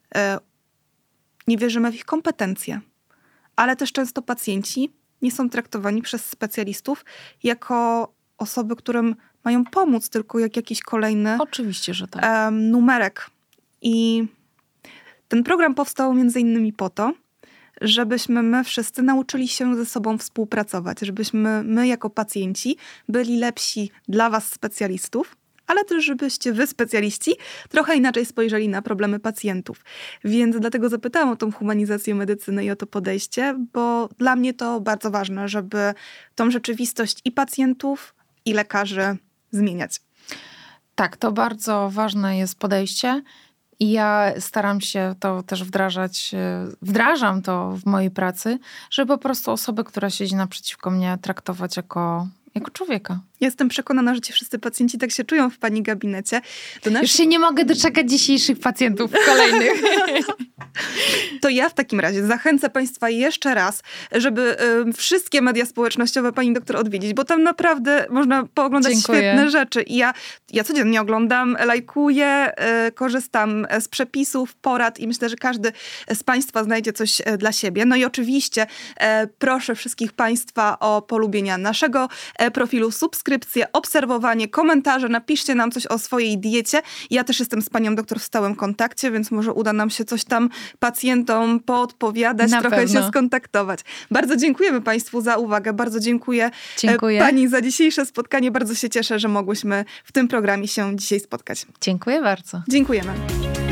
nie wierzymy w ich kompetencje, ale też często pacjenci nie są traktowani przez specjalistów jako osoby, którym mają pomóc, tylko jak jakiś kolejny Oczywiście, że tak. Numerek. I Ten program powstał między innymi po to, żebyśmy my wszyscy nauczyli się ze sobą współpracować, żebyśmy my jako pacjenci byli lepsi dla was specjalistów, ale też żebyście wy, specjaliści, trochę inaczej spojrzeli na problemy pacjentów. Więc dlatego zapytałam o tą humanizację medycyny i o to podejście, bo dla mnie to bardzo ważne, żeby tą rzeczywistość i pacjentów, i lekarzy zmieniać. Tak, to bardzo ważne jest podejście. I ja staram się to też wdrażam to w mojej pracy, żeby po prostu osobę, która siedzi naprzeciwko mnie, traktować jako człowieka. Jestem przekonana, że ci wszyscy pacjenci tak się czują w pani gabinecie. Już się nie mogę doczekać dzisiejszych pacjentów kolejnych. To ja w takim razie zachęcę państwa jeszcze raz, żeby wszystkie media społecznościowe pani doktor odwiedzić, bo tam naprawdę można pooglądać świetne rzeczy. I ja codziennie oglądam, lajkuję, korzystam z przepisów, porad i myślę, że każdy z państwa znajdzie coś dla siebie. No i oczywiście proszę wszystkich państwa o polubienia naszego profilu, subskrypcje, obserwowanie, komentarze, napiszcie nam coś o swojej diecie. Ja też jestem z panią doktor w stałym kontakcie, więc może uda nam się coś tam pacjentom poodpowiadać, trochę się skontaktować. Bardzo dziękujemy państwu za uwagę, bardzo dziękuję pani za dzisiejsze spotkanie. Bardzo się cieszę, że mogłyśmy w tym programie się dzisiaj spotkać. Dziękuję bardzo. Dziękujemy.